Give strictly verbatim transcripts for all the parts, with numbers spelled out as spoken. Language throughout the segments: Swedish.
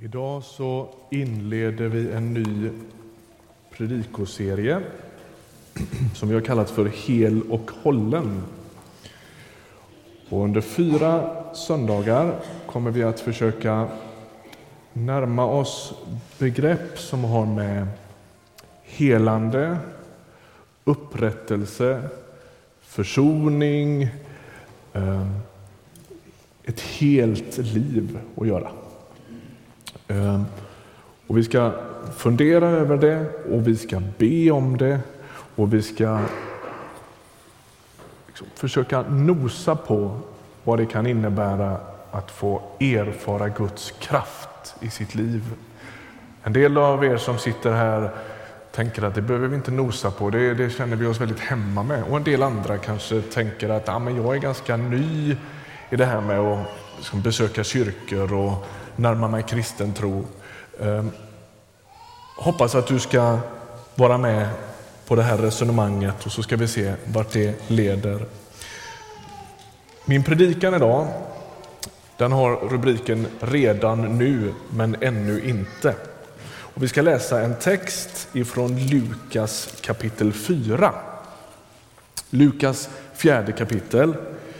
Idag så inleder vi en ny predikoserie som vi har kallat för Hel och hållen. Och under fyra söndagar kommer vi att försöka närma oss begrepp som har med helande, upprättelse, försoning, ett helt liv att göra. Och vi ska fundera över det och vi ska be om det och vi ska liksom försöka nosa på vad det kan innebära att få erfara Guds kraft i sitt liv. En del av er som sitter här tänker att det behöver vi inte nosa på, det, det känner vi oss väldigt hemma med. Och en del andra kanske tänker att ah, men jag är ganska ny i det här med att liksom besöka kyrkor och närma mig kristen tro. Eh, hoppas att du ska vara med på det här resonemanget och så ska vi se vart det leder. Min predikan idag, den har rubriken Redan nu men ännu inte. Och vi ska läsa en text ifrån Lukas kapitel fyra. Lukas fjärde kapitel.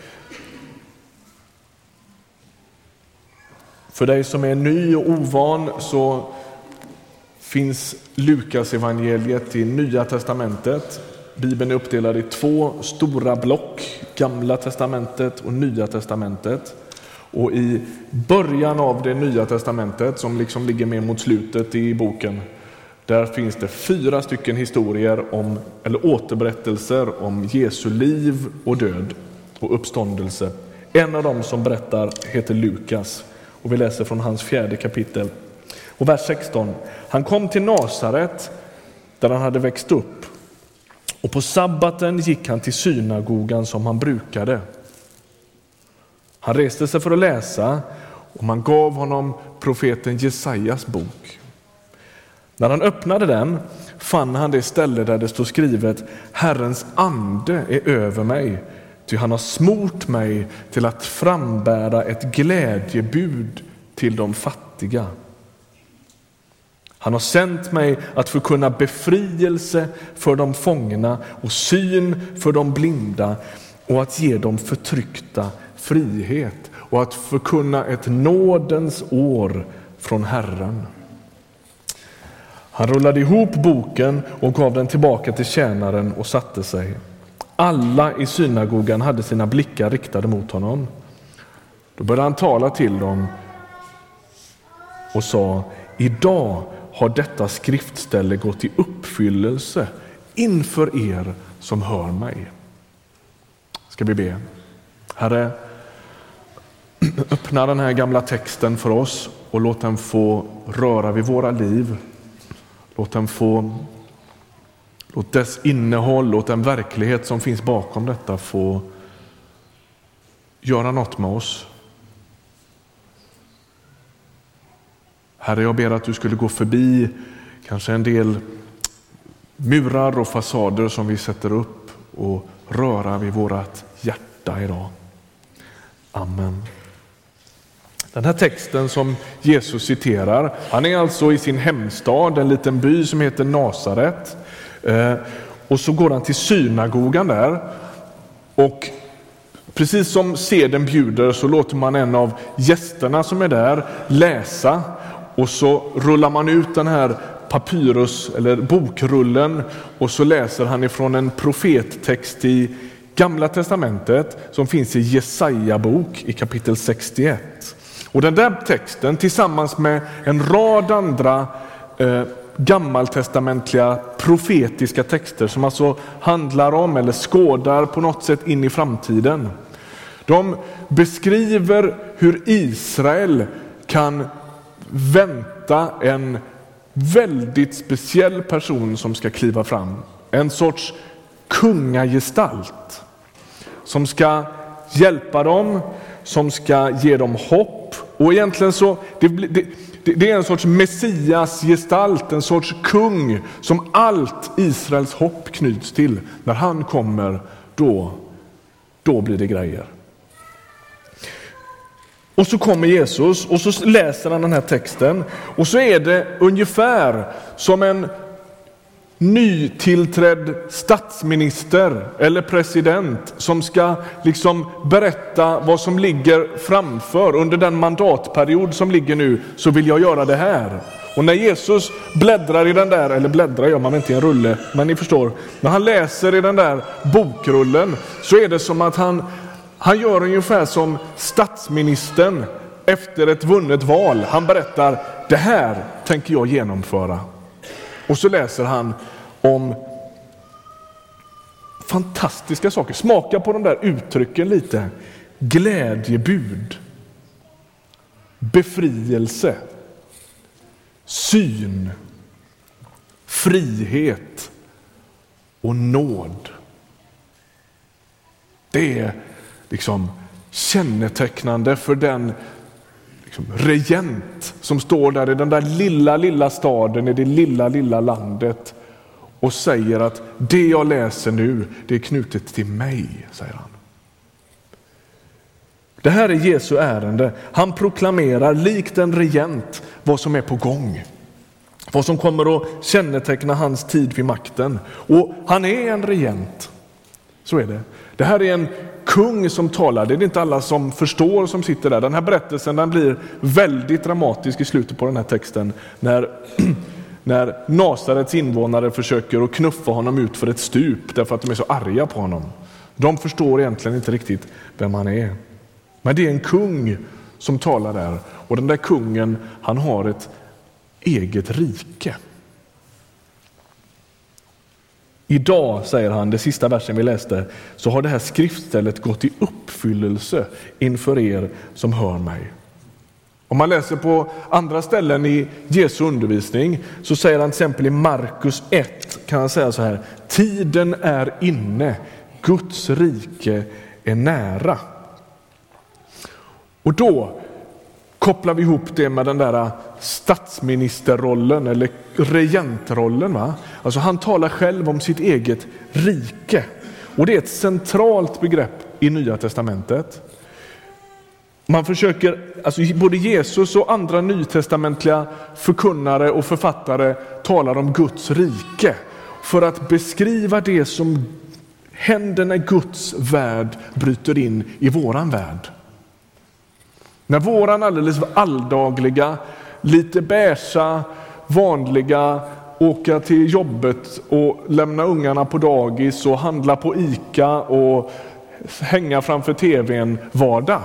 För dig som är ny och ovan så finns Lukas evangeliet i Nya testamentet. Bibeln är uppdelad i två stora block, Gamla testamentet och Nya testamentet. Och i början av det Nya testamentet, som liksom ligger mer mot slutet i boken, där finns det fyra stycken historier om, eller återberättelser om Jesu liv och död och uppståndelse. En av dem som berättar heter Lukas. Och vi läser från hans fjärde kapitel. Och vers sexton. Han kom till Nasaret där han hade växt upp. Och på sabbaten gick han till synagogan som han brukade. Han reste sig för att läsa och man gav honom profeten Jesajas bok. När han öppnade den fann han det ställe där det stod skrivet: Herrens ande är över mig, ty han har smort mig till att frambära ett glädjebud till de fattiga. Han har sänt mig att förkunna befrielse för de fångna och syn för de blinda och att ge dem förtryckta frihet och att förkunna ett nådens år från Herren. Han rullade ihop boken och gav den tillbaka till tjänaren och satte sig. Alla i synagogan hade sina blickar riktade mot honom. Då började han tala till dem och sa: Idag har detta skriftställe gått i uppfyllelse inför er som hör mig. Ska vi be. Herre, öppna den här gamla texten för oss och låt den få röra vid våra liv. Låt den få Låt dess innehåll, låt den verklighet som finns bakom detta få göra något med oss. Herre, jag ber att du skulle gå förbi kanske en del murar och fasader som vi sätter upp och röra vid vårat hjärta idag. Amen. Den här texten som Jesus citerar, han är alltså i sin hemstad, en liten by som heter Nasaret. Eh, och så går han till synagogan där och precis som seden bjuder så låter man en av gästerna som är där läsa och så rullar man ut den här papyrus eller bokrullen och så läser han ifrån en profettext i Gamla testamentet som finns i Jesaja bok i kapitel sextioett. Och den där texten tillsammans med en rad andra eh, gammaltestamentliga profetiska texter som alltså handlar om eller skådar på något sätt in i framtiden. De beskriver hur Israel kan vänta en väldigt speciell person som ska kliva fram. En sorts kungagestalt som ska hjälpa dem, som ska ge dem hopp. Och egentligen så det, det, det är en sorts messiasgestalt, en sorts kung som allt Israels hopp knyts till. När han kommer, då, då blir det grejer. Och så kommer Jesus och så läser han den här texten. Och så är det ungefär som en nytillträdd statsminister eller president som ska liksom berätta vad som ligger framför. Under den mandatperiod som ligger nu så vill jag göra det här. Och när Jesus bläddrar i den där, eller bläddrar gör man inte i en rulle, men ni förstår. När han läser i den där bokrullen så är det som att han, han gör ungefär som statsministern efter ett vunnet val. Han berättar, det här tänker jag genomföra. Och så läser han om fantastiska saker. Smaka på de där uttrycken lite. Glädjebud, befrielse, syn, frihet och nåd. Det är liksom kännetecknande för den liksom regent som står där i den där lilla, lilla staden i det lilla, lilla landet och säger att det jag läser nu, det är knutet till mig, säger han. Det här är Jesu ärende. Han proklamerar likt en regent vad som är på gång. Vad som kommer att känneteckna hans tid vid makten. Och han är en regent. Så är det. Det här är en kung som talar. Det är inte alla som förstår som sitter där. Den här berättelsen den blir väldigt dramatisk i slutet på den här texten. När, när Nasarets invånare försöker att knuffa honom ut för ett stup därför att de är så arga på honom. De förstår egentligen inte riktigt vem han är. Men det är en kung som talar där. Och den där kungen, han har ett eget rike. Idag, säger han, det sista versen vi läste, så har det här skriftstället gått i uppfyllelse inför er som hör mig. Om man läser på andra ställen i Jesu undervisning så säger han till exempel i Markus ett, kan han säga så här: tiden är inne, Guds rike är nära. Och då kopplar vi ihop det med den där statsministerrollen eller regentrollen. Va? Alltså han talar själv om sitt eget rike. Och det är ett centralt begrepp i Nya testamentet. Man försöker, alltså både Jesus och andra nytestamentliga förkunnare och författare talar om Guds rike. För att beskriva det som händer när Guds värld bryter in i våran värld. När våran alldeles alldagliga, lite bärsa, vanliga, åka till jobbet och lämna ungarna på dagis och handla på ICA och hänga framför tvn vardag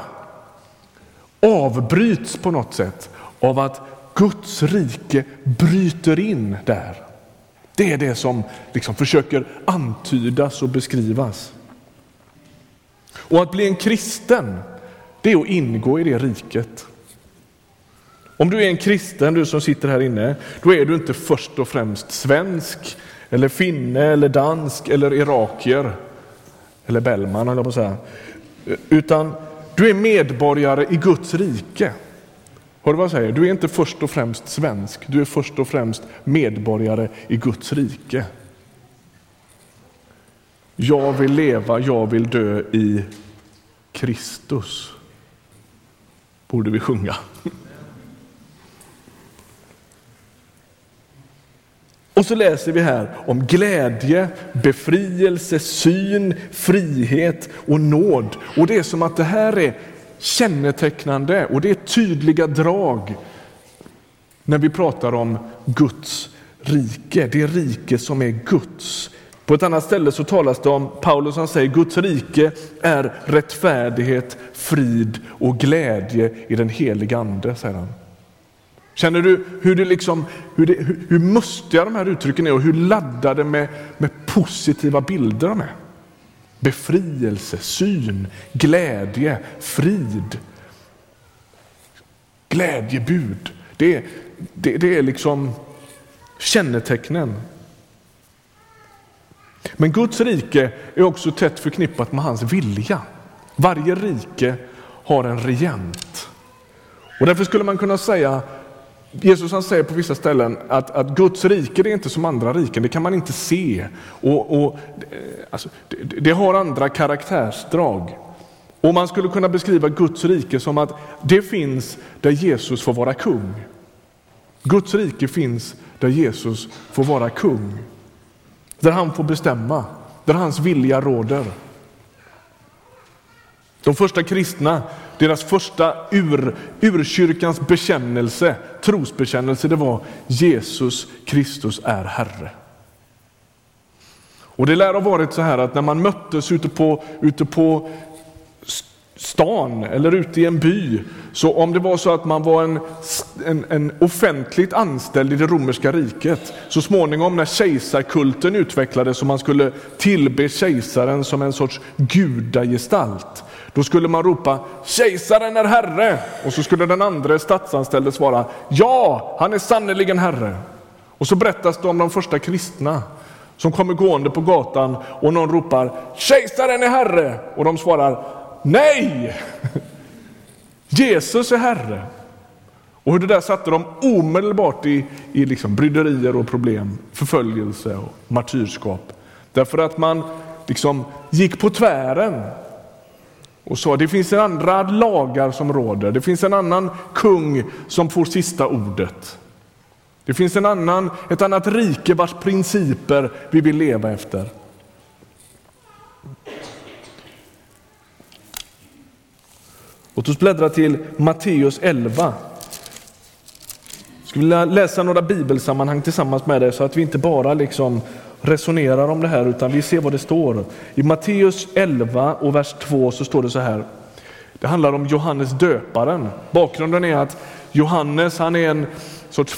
avbryts på något sätt av att Guds rike bryter in där. Det är det som liksom försöker antydas och beskrivas. Och att bli en kristen, det är att ingå i det riket. Om du är en kristen, du som sitter här inne, då är du inte först och främst svensk, eller finne, eller dansk, eller irakier, eller Bellman, eller på att säga. Utan du är medborgare i Guds rike. Hör du vad jag säger? Du är inte först och främst svensk, du är först och främst medborgare i Guds rike. Jag vill leva, jag vill dö i Kristus. Borde vi sjunga. Och så läser vi här om glädje, befrielse, syn, frihet och nåd. Och det är som att det här är kännetecknande och det är tydliga drag när vi pratar om Guds rike. Det rike som är Guds. På ett annat ställe så talas det om, Paulus han säger, Guds rike är rättfärdighet, frid och glädje i den heliga ande, säger han. Känner du hur det liksom, hur, det, hur, hur mustiga de här uttrycken är och hur laddade med, med positiva bilder de är? Befrielse, syn, glädje, frid, glädjebud. Det, det, det är liksom kännetecknen. Men Guds rike är också tätt förknippat med hans vilja. Varje rike har en regent. Och därför skulle man kunna säga, Jesus han säger på vissa ställen att, att Guds rike det är inte som andra riken, det kan man inte se. Och, och, alltså, det, det har andra karaktärsdrag. Och man skulle kunna beskriva Guds rike som att det finns där Jesus får vara kung. Guds rike finns där Jesus får vara kung. Där han får bestämma, där hans vilja råder. De första kristna, deras första ur, urkyrkans bekännelse, trosbekännelse, det var Jesus Kristus är Herre. Och det lär ha varit så här att när man möttes ute på, ute på stan eller ute i en by, så om det var så att man var en, en, en offentligt anställd i det romerska riket, så småningom när kejsarkulten utvecklades och man skulle tillbe kejsaren som en sorts gudagestalt, då skulle man ropa kejsaren är herre, och så skulle den andra statsanställde svara ja, han är sannoliken herre. Och så berättas det om de första kristna som kommer gående på gatan och någon ropar kejsaren är herre, och de svarar nej, Jesus är herre. Och hur det där satte dem omedelbart i, i liksom bryderier och problem, förföljelse och martyrskap. Därför att man liksom gick på tvären och sa det finns en andra lagar som råder. Det finns en annan kung som får sista ordet. Det finns en annan, ett annat rike vars principer vi vill leva efter. Låt oss bläddra till Matteus elva. Jag skulle läsa några bibelsammanhang tillsammans med dig så att vi inte bara liksom resonerar om det här utan vi ser vad det står. I Matteus elva och vers två så står det så här. Det handlar om Johannes döparen. Bakgrunden är att Johannes, han är en sorts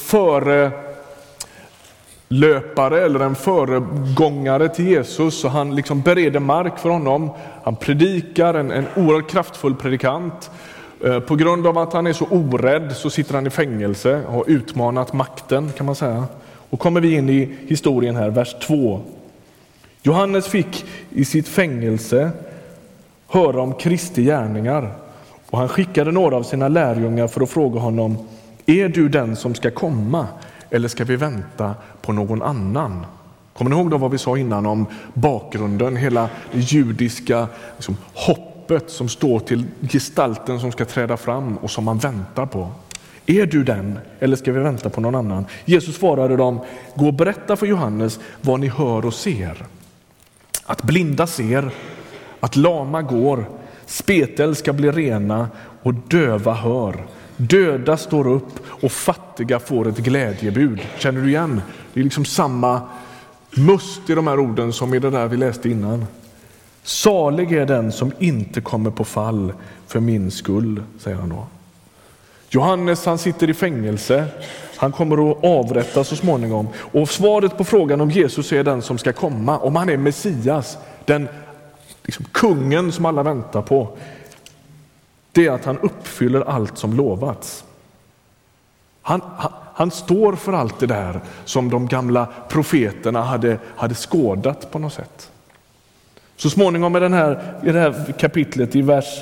förelöpare eller en föregångare till Jesus, så han liksom bereder mark för honom. Han predikar, en, en oerhört kraftfull predikant. På grund av att han är så orädd så sitter han i fängelse och har utmanat makten, kan man säga. Och kommer vi in i historien här, vers två. Johannes fick i sitt fängelse höra om Kristi gärningar, och han skickade några av sina lärjungar för att fråga honom: är du den som ska komma, eller ska vi vänta på någon annan? Kommer ni ihåg då vad vi sa innan om bakgrunden, hela det judiska liksom, hoppet som står till gestalten som ska träda fram och som man väntar på? Är du den, eller ska vi vänta på någon annan? Jesus svarade dem: gå och berätta för Johannes vad ni hör och ser. Att blinda ser, att lama går, spetel ska bli rena och döva hör. Döda står upp och fattiga får ett glädjebud. Känner du igen? Det är liksom samma must i de här orden som i det där vi läste innan. Salig är den som inte kommer på fall för min skull, säger han då. Johannes, han sitter i fängelse. Han kommer att avrättas så småningom. Och svaret på frågan om Jesus är den som ska komma, om han är Messias, den liksom kungen som alla väntar på, det är att han uppfyller allt som lovats. Han, han, han står för allt det där som de gamla profeterna hade, hade skådat på något sätt. Så småningom i, den här, i det här kapitlet i vers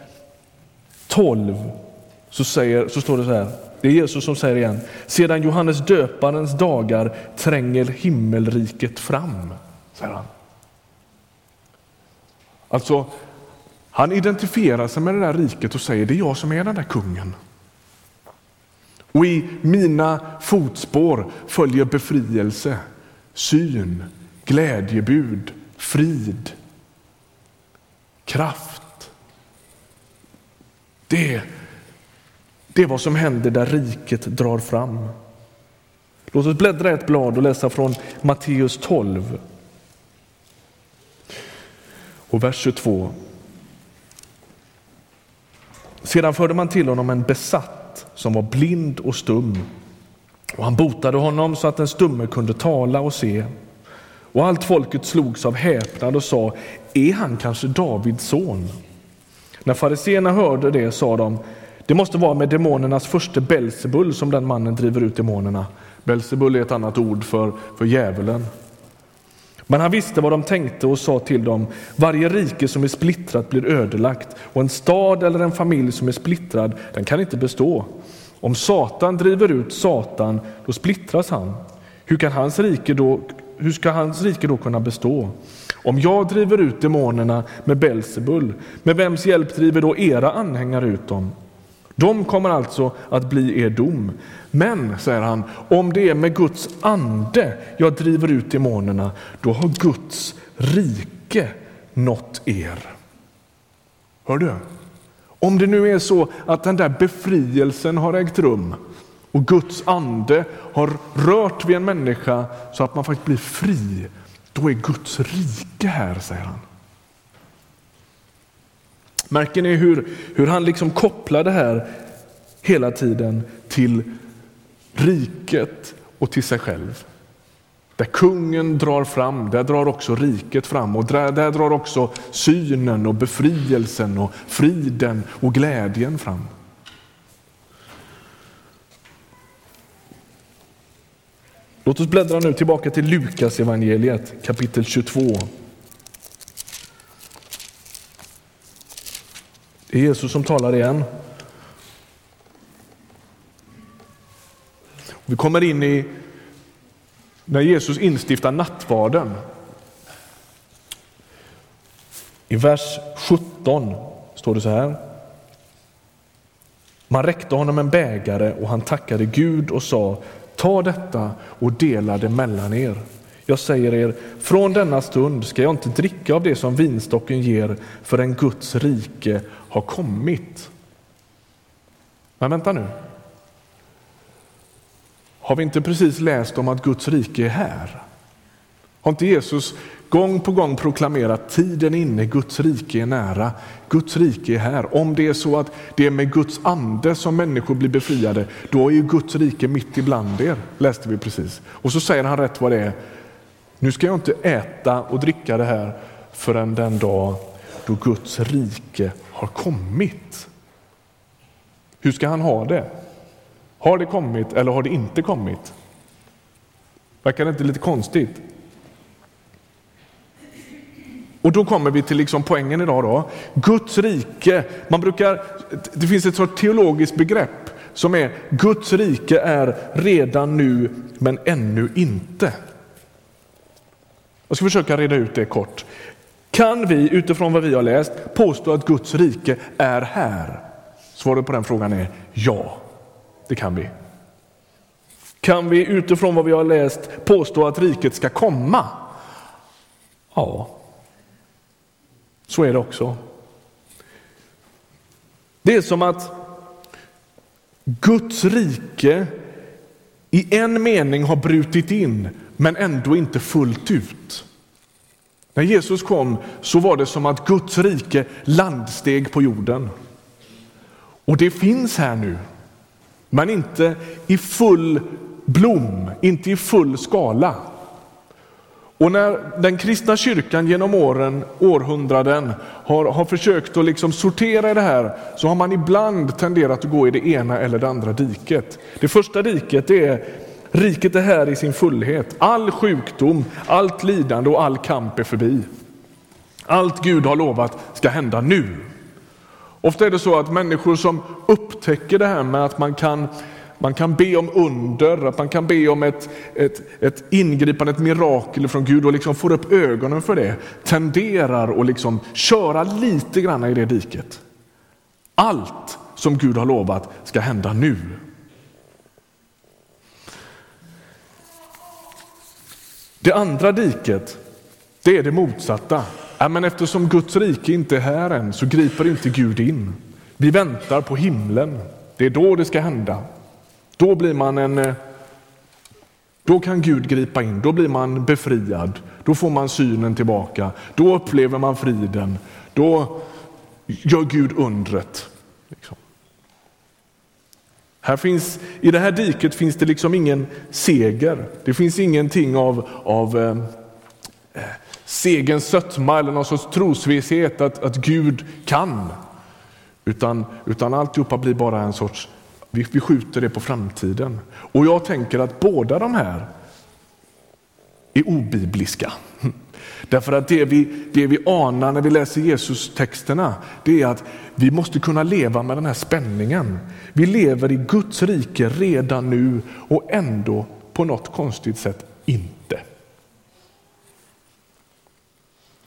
tolv så, säger, så står det så här. Det är Jesus som säger igen: sedan Johannes döparens dagar tränger himmelriket fram, säger han. Alltså, han identifierar sig med det där riket och säger: det är jag som är den där kungen. Och i mina fotspår följer befrielse, syn, glädjebud, frid, kraft. Det, det är vad som händer där riket drar fram. Låt oss bläddra ett blad och läsa från Matteus tolv. Och vers tjugotvå. Sedan förde man till honom en besatt som var blind och stum. Och han botade honom så att den stumme kunde tala och se. Och allt folket slogs av häpnad och sa: är han kanske Davids son? När fariséerna hörde det sa de: det måste vara med demonernas förste Belzebul som den mannen driver ut demonerna. Belzebul är ett annat ord för, för djävulen. Men han visste vad de tänkte och sa till dem: varje rike som är splittrat blir ödelagt, och en stad eller en familj som är splittrad, den kan inte bestå. Om Satan driver ut Satan, då splittras han. Hur kan hans rike då, hur ska hans rike då kunna bestå? Om jag driver ut demonerna med Belzebul, med vems hjälp driver då era anhängare ut dem? De kommer alltså att bli er dom. Men, säger han, om det är med Guds ande jag driver ut demonerna, då har Guds rike nått er. Hör du? Om det nu är så att den där befrielsen har ägt rum och Guds ande har rört vid en människa så att man faktiskt blir fri, då är Guds rike här, säger han. Märker ni hur, hur han liksom kopplar det här hela tiden till riket och till sig själv. Där kungen drar fram, där drar också riket fram, och där, där drar också synen och befrielsen och friden och glädjen fram. Låt oss bläddra nu tillbaka till Lukas evangeliet kapitel tjugotvå. Det är Jesus som talar igen. Vi kommer in i när Jesus instiftar nattvarden. I vers sjutton står det så här. Man räckte honom en bägare och han tackade Gud och sa: ta detta och dela det mellan er. Jag säger er, från denna stund ska jag inte dricka av det som vinstocken ger, förrän Guds rike har kommit. Men vänta nu. Har vi inte precis läst om att Guds rike är här? Har inte Jesus gång på gång proklamerat tiden inne, Guds rike är nära, Guds rike är här. Om det är så att det är med Guds ande som människor blir befriade, då är ju Guds rike mitt ibland er, läste vi precis. Och så säger han rätt vad det är. Nu ska jag inte äta och dricka det här förrän den dag då Guds rike har kommit. Hur ska han ha det? Har det kommit eller har det inte kommit? Verkar det inte lite konstigt? Och då kommer vi till liksom poängen idag då. Guds rike, man brukar, det finns ett sorts teologiskt begrepp som är Guds rike är redan nu men ännu inte. Jag ska försöka reda ut det kort. Kan vi utifrån vad vi har läst påstå att Guds rike är här? Svaret på den frågan är ja, det kan vi. Kan vi utifrån vad vi har läst påstå att riket ska komma? Ja, så är det också. Det är som att Guds rike i en mening har brutit in men ändå inte fullt ut. När Jesus kom så var det som att Guds rike landsteg på jorden. Och det finns här nu, men inte i full blom, inte i full skala. Och när den kristna kyrkan genom åren, århundraden har, har försökt att liksom sortera i det här, så har man ibland tenderat att gå i det ena eller det andra diket. Det första diket är riket är här i sin fullhet. All sjukdom, allt lidande och all kamp är förbi. Allt Gud har lovat ska hända nu. Ofta är det så att människor som upptäcker det här med att man kan, man kan be om under, att man kan be om ett, ett, ett ingripande, ett mirakel från Gud och liksom får upp ögonen för det, tenderar att liksom köra lite grann i det diket. Allt som Gud har lovat ska hända nu. Det andra diket, det är det motsatta. Ja, men eftersom Guds rike inte är här än så griper inte Gud in. Vi väntar på himlen. Det är då det ska hända. Då blir man en, då kan Gud gripa in. Då blir man befriad. Då får man synen tillbaka. Då upplever man friden. Då gör Gud undret. Liksom. Här finns, i det här diket finns det liksom ingen seger. Det finns ingenting av, av eh, segens sötma eller någon sorts trosvisshet att, att Gud kan. Utan, utan alltihopa blir bara en sorts, vi, vi skjuter det på framtiden. Och jag tänker att båda de här är obibliska. Därför att det vi, det vi anar när vi läser Jesus-texterna, det är att vi måste kunna leva med den här spänningen. Vi lever i Guds rike redan nu och ändå på något konstigt sätt inte.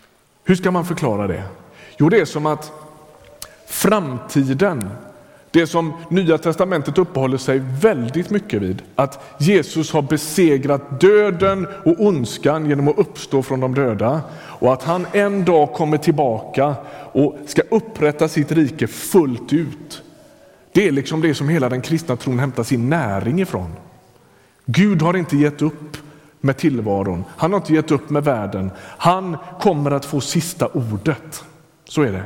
Hur ska man förklara det? Jo, det är som att framtiden, det som Nya testamentet uppehåller sig väldigt mycket vid, att Jesus har besegrat döden och ondskan genom att uppstå från de döda, och att han en dag kommer tillbaka och ska upprätta sitt rike fullt ut. Det är liksom det som hela den kristna tron hämtar sin näring ifrån. Gud har inte gett upp med tillvaron. Han har inte gett upp med världen. Han kommer att få sista ordet. Så är det.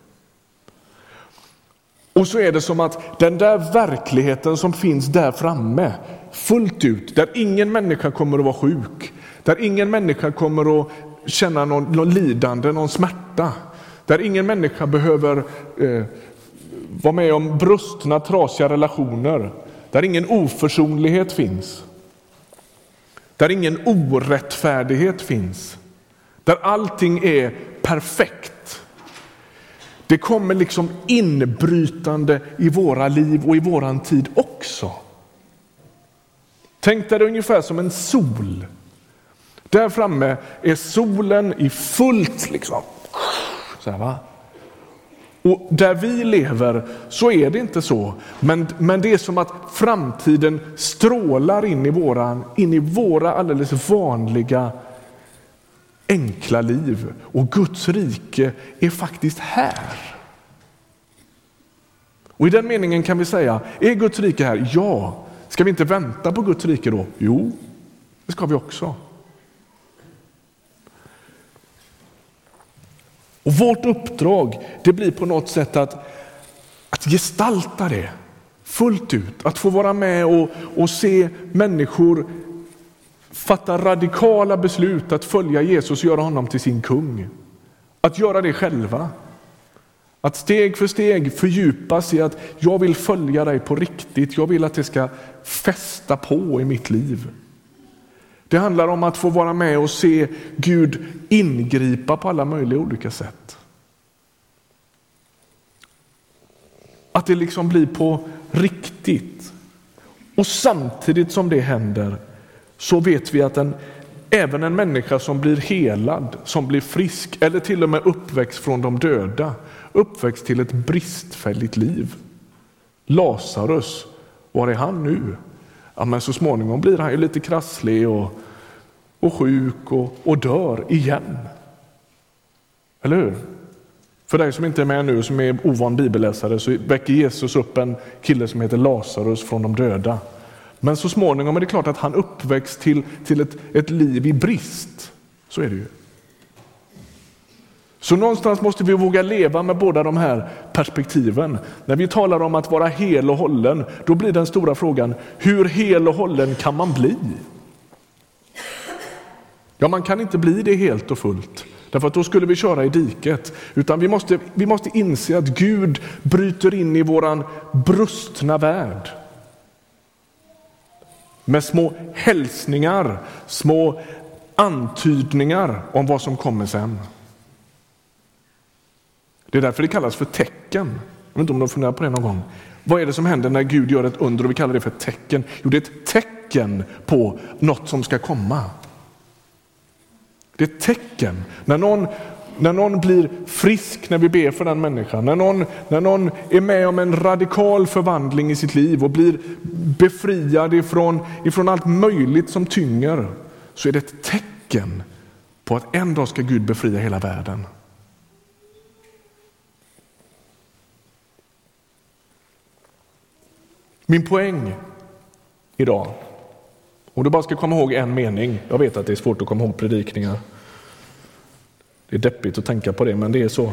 Och så är det som att den där verkligheten som finns där framme, fullt ut, där ingen människa kommer att vara sjuk, där ingen människa kommer att känna någon, någon lidande, någon smärta, där ingen människa behöver eh, vara med om brustna, trasiga relationer, där ingen oförsonlighet finns, där ingen orättfärdighet finns, där allting är perfekt. Det kommer liksom inbrytande i våra liv och i våran tid också. Tänk dig det ungefär som en sol. Där framme är solen i fullt liksom. Så här, va? Och där vi lever så är det inte så. Men, men det är som att framtiden strålar in i, våran, in i våra alldeles vanliga enkla liv. Och Guds rike är faktiskt här. Och i den meningen kan vi säga, är Guds rike här? Ja. Ska vi inte vänta på Guds rike då? Jo, det ska vi också. Och vårt uppdrag, det blir på något sätt att, att gestalta det fullt ut. Att få vara med och, och se människor fatta radikala beslut att följa Jesus och göra honom till sin kung. Att göra det själva. Att steg för steg fördjupas i att jag vill följa dig på riktigt. Jag vill att det ska fästa på i mitt liv. Det handlar om att få vara med och se Gud ingripa på alla möjliga olika sätt. Att det liksom blir på riktigt. Och samtidigt som det händer så vet vi att en, även en människa som blir helad, som blir frisk eller till och med uppväxt från de döda, uppväxt till ett bristfälligt liv. Lazarus, var är han nu? Ja, men så småningom blir han ju lite krasslig och, och sjuk och, och dör igen. Eller hur? För dig som inte är med nu, som är ovan bibelläsare, så väcker Jesus upp en kille som heter Lazarus från de döda. Men så småningom är det klart att han uppväxt till, till ett, ett liv i brist. Så är det ju. Så någonstans måste vi våga leva med båda de här perspektiven. När vi talar om att vara hel och hållen, då blir den stora frågan, hur hel och hållen kan man bli? Ja, man kan inte bli det helt och fullt. Därför att då skulle vi köra i diket. Utan vi måste, vi måste inse att Gud bryter in i våran brustna värld. Med små hälsningar, små antydningar om vad som kommer sen. Det är därför det kallas för tecken. Jag vet inte om du har funderat på det någon gång. Vad är det som händer när Gud gör ett under och vi kallar det för tecken? Jo, det är ett tecken på något som ska komma. Det är ett tecken. När någon, när någon blir frisk när vi ber för den människan. När någon, när någon är med om en radikal förvandling i sitt liv och blir befriad ifrån, ifrån allt möjligt som tynger. Så är det ett tecken på att en dag ska Gud befria hela världen. Min poäng idag, om du bara ska komma ihåg en mening. Jag vet att det är svårt att komma ihåg predikningar. Det är deppigt att tänka på det, men det är så.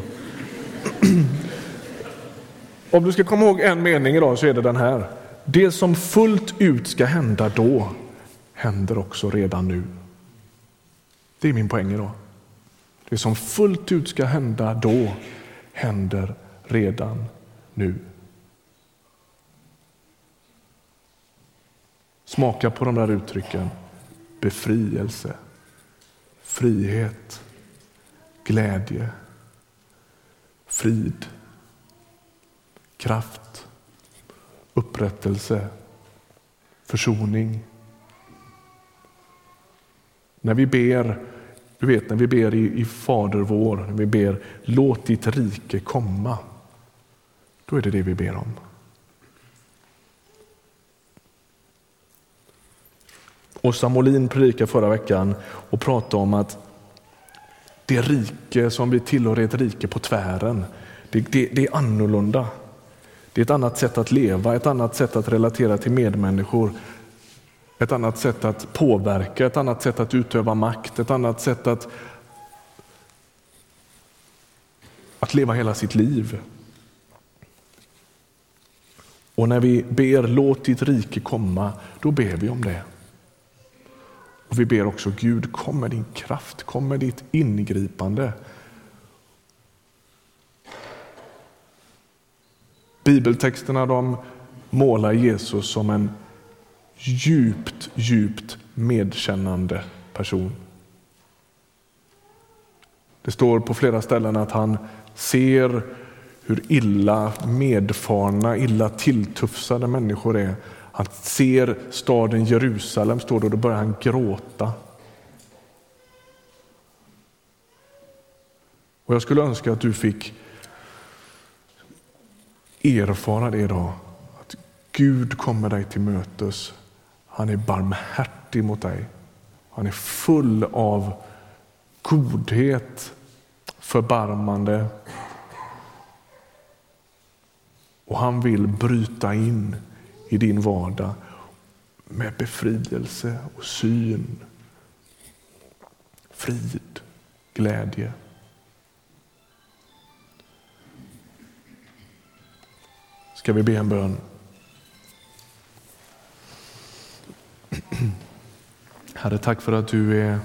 Om du ska komma ihåg en mening idag så är det den här. Det som fullt ut ska hända då händer också redan nu. Det är min poäng idag. Det som fullt ut ska hända då händer redan nu. Smaka på de där uttrycken. Befrielse, frihet, glädje, frid, kraft, upprättelse, försoning. När vi ber Du vet när vi ber i, i Fader vår, när vi ber låt ditt rike komma. Då är det det vi ber om. Åsa Molin predikade förra veckan och pratade om att det rike som vi tillhör är ett rike på tvären. Det, det, det är annorlunda. Det är ett annat sätt att leva, ett annat sätt att relatera till medmänniskor. Ett annat sätt att påverka, ett annat sätt att utöva makt, ett annat sätt att, att leva hela sitt liv. Och när vi ber låt ditt rike komma, då ber vi om det. Och vi ber också Gud, kom med din kraft, kom med ditt ingripande. Bibeltexterna de målar Jesus som en djupt, djupt medkännande person. Det står på flera ställen att han ser hur illa medfarna, illa tilltufsade människor är. Han ser staden Jerusalem, står det, och då börjar han gråta. Och jag skulle önska att du fick erfara det idag. Att Gud kommer dig till mötes. Han är barmhärtig mot dig. Han är full av godhet, förbarmande. Och han vill bryta in i din vardag med befrielse och syn, frid, glädje. Ska vi be en bön? Herre, tack för att du är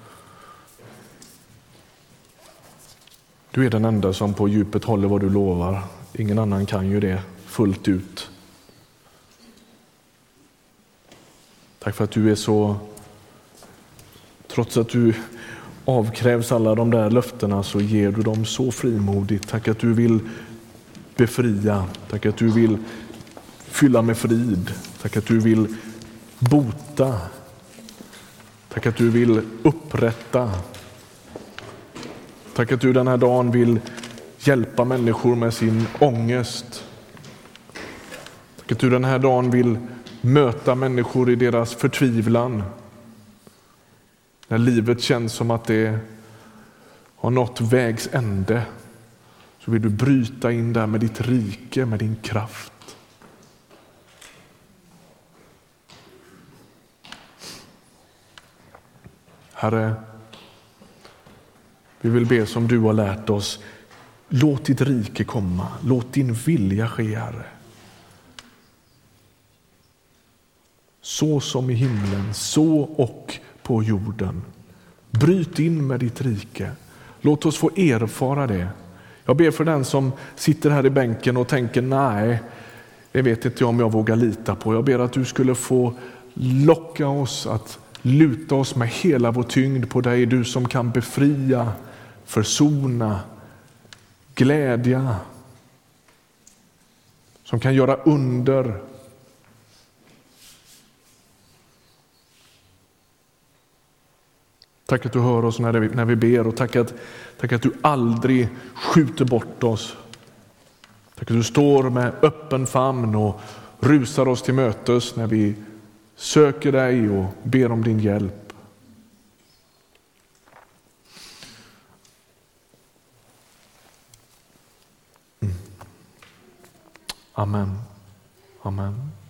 du är den enda som på djupet håller vad du lovar. Ingen annan kan ju det fullt ut. Tack för att du är så, trots att du avkrävs alla de där löftena så ger du dem så frimodigt. Tack att du vill befria, tack att du vill fylla med frid, tack att du vill bota, tack att du vill upprätta. Tack att du den här dagen vill hjälpa människor med sin ångest. Tack att du den här dagen vill möta människor i deras förtvivlan. När livet känns som att det har nått vägs ände, så vill du bryta in där med ditt rike, med din kraft. Herre, vi vill be som du har lärt oss. Låt ditt rike komma. Låt din vilja ske, Herre. Så som i himlen, så och på jorden. Bryt in med ditt rike. Låt oss få erfara det. Jag ber för den som sitter här i bänken och tänker, nej, det vet inte jag om jag vågar lita på. Jag ber att du skulle få locka oss att luta oss med hela vår tyngd på dig. Du som kan befria, försona, glädja. Som kan göra under. Tack att du hör oss när vi, när vi ber, och tack att, tack att du aldrig skjuter bort oss. Tack att du står med öppen famn och rusar oss till mötes när vi söker dig och ber om din hjälp. Mm. Amen. Amen.